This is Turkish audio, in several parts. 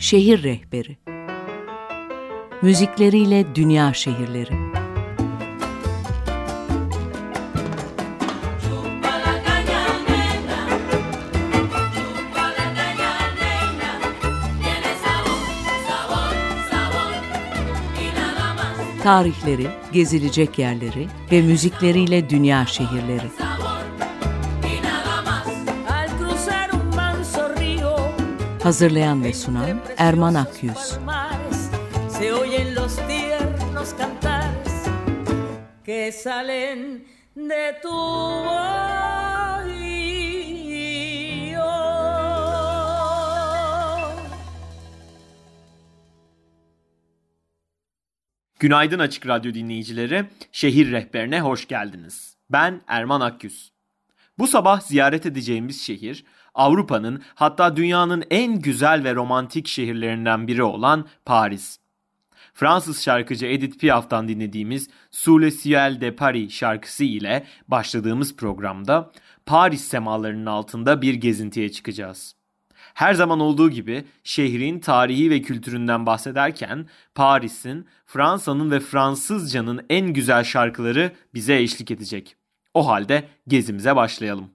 Şehir rehberi. Müzikleriyle dünya şehirleri. Tarihleri, gezilecek yerleri ve müzikleriyle dünya şehirleri. Hazırlayan ve sunan Erman Akyüz. Günaydın Açık Radyo dinleyicileri, Şehir Rehberine hoş geldiniz. Ben Erman Akyüz. Bu sabah ziyaret edeceğimiz şehir, Avrupa'nın hatta dünyanın en güzel ve romantik şehirlerinden biri olan Paris. Fransız şarkıcı Edith Piaf'tan dinlediğimiz Sous le ciel de Paris şarkısı ile başladığımız programda Paris semalarının altında bir gezintiye çıkacağız. Her zaman olduğu gibi şehrin tarihi ve kültüründen bahsederken Paris'in, Fransa'nın ve Fransızcanın en güzel şarkıları bize eşlik edecek. O halde gezimize başlayalım.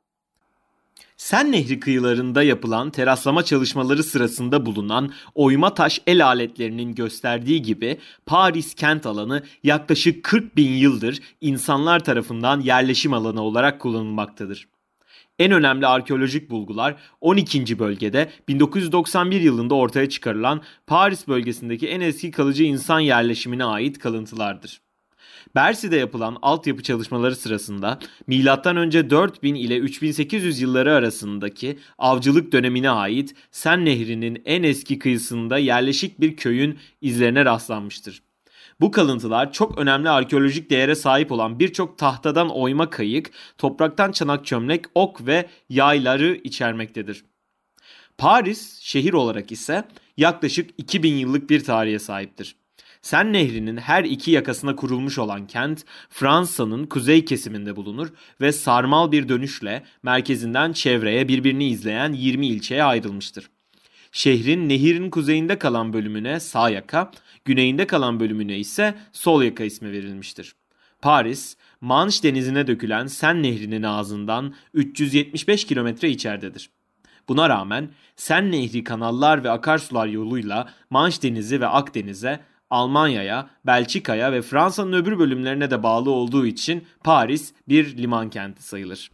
Sen Nehri kıyılarında yapılan teraslama çalışmaları sırasında bulunan oyma taş el aletlerinin gösterdiği gibi Paris kent alanı yaklaşık 40 bin yıldır insanlar tarafından yerleşim alanı olarak kullanılmaktadır. En önemli arkeolojik bulgular 12. bölgede 1991 yılında ortaya çıkarılan Paris bölgesindeki en eski kalıcı insan yerleşimine ait kalıntılardır. Bercy'de yapılan altyapı çalışmaları sırasında M.Ö. 4000 ile 3800 yılları arasındaki avcılık dönemine ait Sen Nehri'nin en eski kıyısında yerleşik bir köyün izlerine rastlanmıştır. Bu kalıntılar çok önemli arkeolojik değere sahip olan birçok tahtadan oyma kayık, topraktan çanak çömlek, ok ve yayları içermektedir. Paris şehir olarak ise yaklaşık 2000 yıllık bir tarihe sahiptir. Sen Nehri'nin her iki yakasına kurulmuş olan kent, Fransa'nın kuzey kesiminde bulunur ve sarmal bir dönüşle merkezinden çevreye birbirini izleyen 20 ilçeye ayrılmıştır. Şehrin nehirin kuzeyinde kalan bölümüne sağ yaka, güneyinde kalan bölümüne ise sol yaka ismi verilmiştir. Paris, Manş denizine dökülen Sen Nehri'nin ağzından 375 kilometre içeridedir. Buna rağmen Sen Nehri kanallar ve akarsular yoluyla Manş Denizi ve Akdeniz'e, Almanya'ya, Belçika'ya ve Fransa'nın öbür bölümlerine de bağlı olduğu için Paris bir liman kenti sayılır.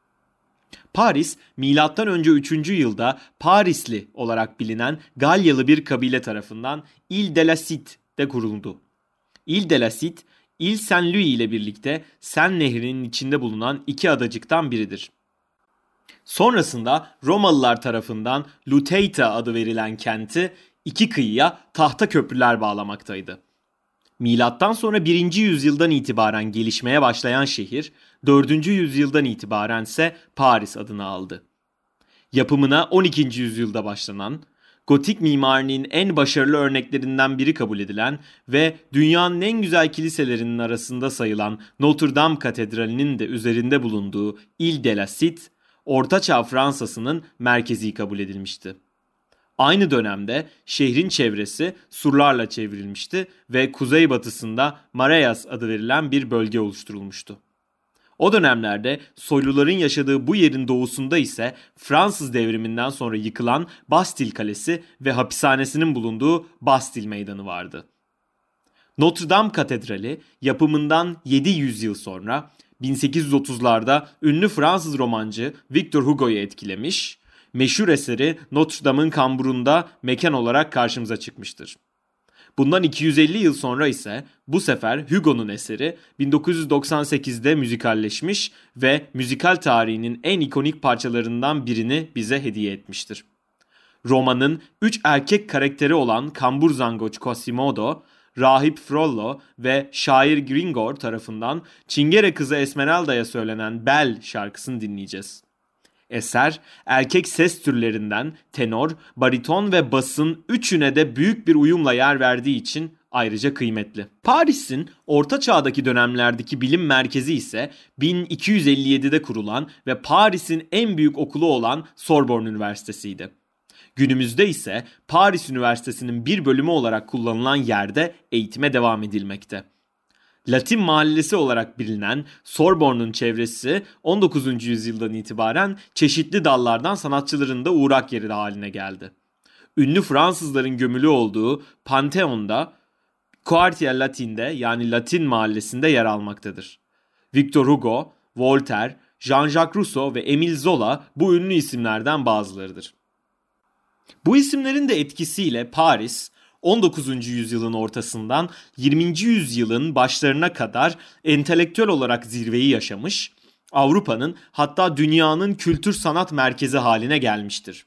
Paris, M.Ö. 3. yılda Parisli olarak bilinen Galyalı bir kabile tarafından Ile de la Cite'de kuruldu. Ile de la Cite, Ile Saint-Louis ile birlikte Sen Nehri'nin içinde bulunan iki adacıktan biridir. Sonrasında Romalılar tarafından Lutetia adı verilen kenti iki kıyıya tahta köprüler bağlamaktaydı. Milattan sonra 1. yüzyıldan itibaren gelişmeye başlayan şehir, 4. yüzyıldan itibarense Paris adını aldı. Yapımına 12. yüzyılda başlanan, gotik mimarinin en başarılı örneklerinden biri kabul edilen ve dünyanın en güzel kiliselerinin arasında sayılan Notre Dame Katedrali'nin de üzerinde bulunduğu Ile de la Cite, Ortaçağ Fransa'sının merkezi kabul edilmişti. Aynı dönemde şehrin çevresi surlarla çevrilmişti ve kuzeybatısında Mareyas adı verilen bir bölge oluşturulmuştu. O dönemlerde soyluların yaşadığı bu yerin doğusunda ise Fransız devriminden sonra yıkılan Bastille Kalesi ve hapishanesinin bulunduğu Bastille Meydanı vardı. Notre Dame Katedrali yapımından 700 yıl sonra 1830'larda ünlü Fransız romancı Victor Hugo'yu etkilemiş, meşhur eseri Notre Dame'ın kamburunda mekan olarak karşımıza çıkmıştır. Bundan 250 yıl sonra ise bu sefer Hugo'nun eseri 1998'de müzikalleşmiş ve müzikal tarihinin en ikonik parçalarından birini bize hediye etmiştir. Romanın 3 erkek karakteri olan kambur zangoç Quasimodo, rahip Frollo ve şair Gringor tarafından Çingene kızı Esmeralda'ya söylenen Belle şarkısını dinleyeceğiz. Eser, erkek ses türlerinden tenor, bariton ve basın üçüne de büyük bir uyumla yer verdiği için ayrıca kıymetli. Paris'in Orta Çağ'daki dönemlerdeki bilim merkezi ise 1257'de kurulan ve Paris'in en büyük okulu olan Sorbonne Üniversitesi'ydi. Günümüzde ise Paris Üniversitesi'nin bir bölümü olarak kullanılan yerde eğitime devam edilmekte. Latin Mahallesi olarak bilinen Sorbonne'un çevresi 19. yüzyıldan itibaren çeşitli dallardan sanatçıların da uğrak yeri haline geldi. Ünlü Fransızların gömülü olduğu Pantheon'da Quartier Latin'de yani Latin Mahallesi'nde yer almaktadır. Victor Hugo, Voltaire, Jean-Jacques Rousseau ve Émile Zola bu ünlü isimlerden bazılarıdır. Bu isimlerin de etkisiyle Paris, 19. yüzyılın ortasından 20. yüzyılın başlarına kadar entelektüel olarak zirveyi yaşamış, Avrupa'nın hatta dünyanın kültür sanat merkezi haline gelmiştir.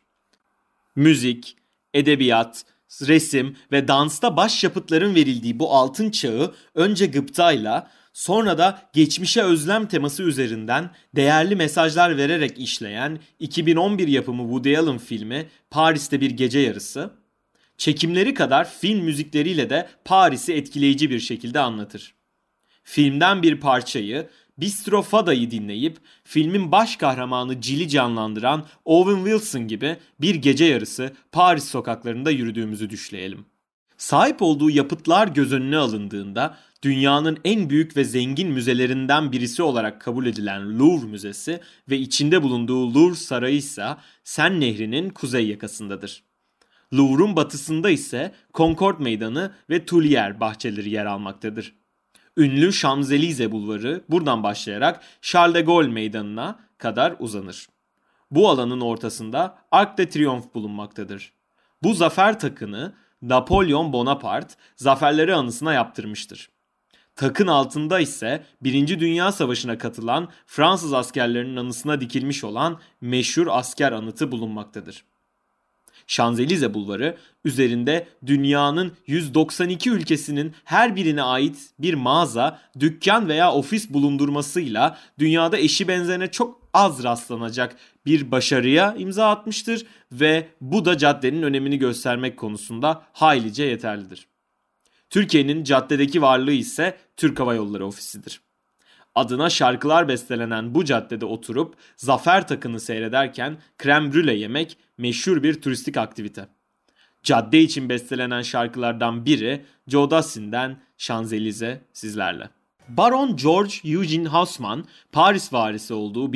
Müzik, edebiyat, resim ve dansta başyapıtların verildiği bu altın çağı önce gıptayla, sonra da geçmişe özlem teması üzerinden değerli mesajlar vererek işleyen 2011 yapımı Woody Allen filmi Paris'te Bir Gece Yarısı, çekimleri kadar film müzikleriyle de Paris'i etkileyici bir şekilde anlatır. Filmden bir parçayı, Bistro Fada'yı dinleyip filmin baş kahramanı Jill'i canlandıran Owen Wilson gibi bir gece yarısı Paris sokaklarında yürüdüğümüzü düşleyelim. Sahip olduğu yapıtlar göz önüne alındığında dünyanın en büyük ve zengin müzelerinden birisi olarak kabul edilen Louvre Müzesi ve içinde bulunduğu Louvre Sarayı ise Seine Nehri'nin kuzey yakasındadır. Louvre'un batısında ise Concorde Meydanı ve Tuileries bahçeleri yer almaktadır. Ünlü Champs-Élysées bulvarı buradan başlayarak Charles de Gaulle Meydanı'na kadar uzanır. Bu alanın ortasında Arc de Triomphe bulunmaktadır. Bu zafer takını Napolyon Bonaparte zaferleri anısına yaptırmıştır. Takın altında ise 1. Dünya Savaşı'na katılan Fransız askerlerinin anısına dikilmiş olan meşhur asker anıtı bulunmaktadır. Şanzelize Bulvarı üzerinde dünyanın 192 ülkesinin her birine ait bir mağaza, dükkan veya ofis bulundurmasıyla dünyada eşi benzerine çok az rastlanacak bir başarıya imza atmıştır ve bu da caddenin önemini göstermek konusunda haylice yeterlidir. Türkiye'nin caddedeki varlığı ise Türk Hava Yolları ofisidir. Adına şarkılar bestelenen bu caddede oturup zafer takını seyrederken krem brûle yemek meşhur bir turistik aktivite. Cadde için bestelenen şarkılardan biri Joe Dassein'den Şanzelize sizlerle. Baron George Eugene Haussmann, Paris varisi olduğu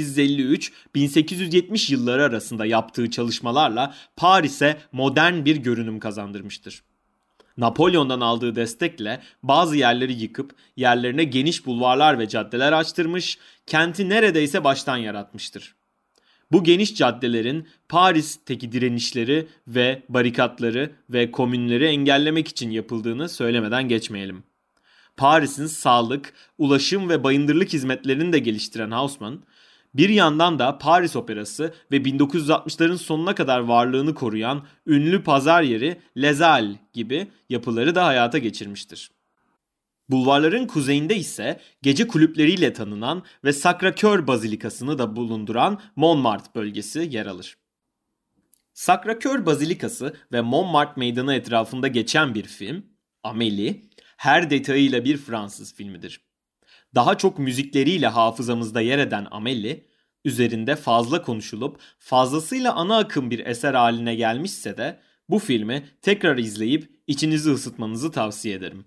1853-1870 yılları arasında yaptığı çalışmalarla Paris'e modern bir görünüm kazandırmıştır. Napolyon'dan aldığı destekle bazı yerleri yıkıp yerlerine geniş bulvarlar ve caddeler açtırmış, kenti neredeyse baştan yaratmıştır. Bu geniş caddelerin Paris'teki direnişleri ve barikatları ve komünleri engellemek için yapıldığını söylemeden geçmeyelim. Paris'in sağlık, ulaşım ve bayındırlık hizmetlerini de geliştiren Haussmann, bir yandan da Paris Operası ve 1960'ların sonuna kadar varlığını koruyan ünlü pazar yeri Les Halles gibi yapıları da hayata geçirmiştir. Bulvarların kuzeyinde ise gece kulüpleriyle tanınan ve Sacré-Cœur Bazilikası'nı da bulunduran Montmartre bölgesi yer alır. Sacré-Cœur Bazilikası ve Montmartre Meydanı etrafında geçen bir film, Amélie, her detayıyla bir Fransız filmidir. Daha çok müzikleriyle hafızamızda yer eden Amélie, üzerinde fazla konuşulup fazlasıyla ana akım bir eser haline gelmişse de bu filmi tekrar izleyip içinizi ısıtmanızı tavsiye ederim.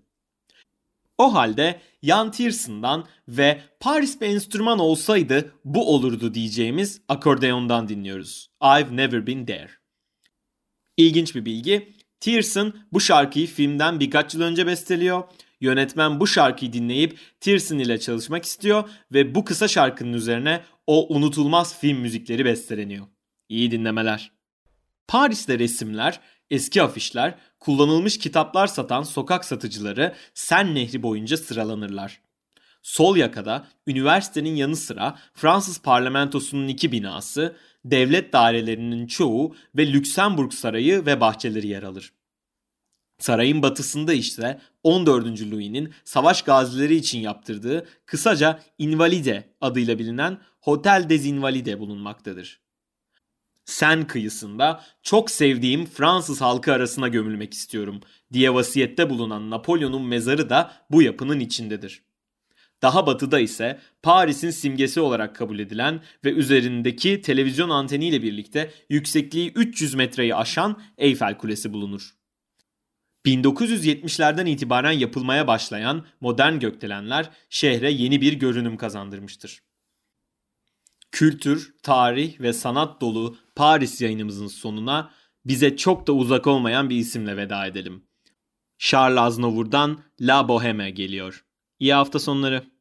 O halde Jan Tiersen'dan ve Paris bir enstrüman olsaydı bu olurdu diyeceğimiz akordeondan dinliyoruz. I've Never Been There. İlginç bir bilgi, Tiersen bu şarkıyı filmden birkaç yıl önce besteliyor. Yönetmen bu şarkıyı dinleyip Tiersen ile çalışmak istiyor ve bu kısa şarkının üzerine o unutulmaz film müzikleri besteleniyor. İyi dinlemeler. Paris'te resimler, eski afişler, kullanılmış kitaplar satan sokak satıcıları Seine Nehri boyunca sıralanırlar. Sol yakada üniversitenin yanı sıra Fransız parlamentosunun 2 binası, devlet dairelerinin çoğu ve Lüksemburg Sarayı ve bahçeleri yer alır. Sarayın batısında ise 14. Louis'nin savaş gazileri için yaptırdığı kısaca Invalide adıyla bilinen Hotel des Invalides bulunmaktadır. Seine kıyısında çok sevdiğim Fransız halkı arasına gömülmek istiyorum diye vasiyette bulunan Napolyon'un mezarı da bu yapının içindedir. Daha batıda ise Paris'in simgesi olarak kabul edilen ve üzerindeki televizyon anteniyle birlikte yüksekliği 300 metreyi aşan Eyfel Kulesi bulunur. 1970'lerden itibaren yapılmaya başlayan modern gökdelenler şehre yeni bir görünüm kazandırmıştır. Kültür, tarih ve sanat dolu Paris yayınımızın sonuna bize çok da uzak olmayan bir isimle veda edelim. Charles Aznavour'dan La Bohème geliyor. İyi hafta sonları.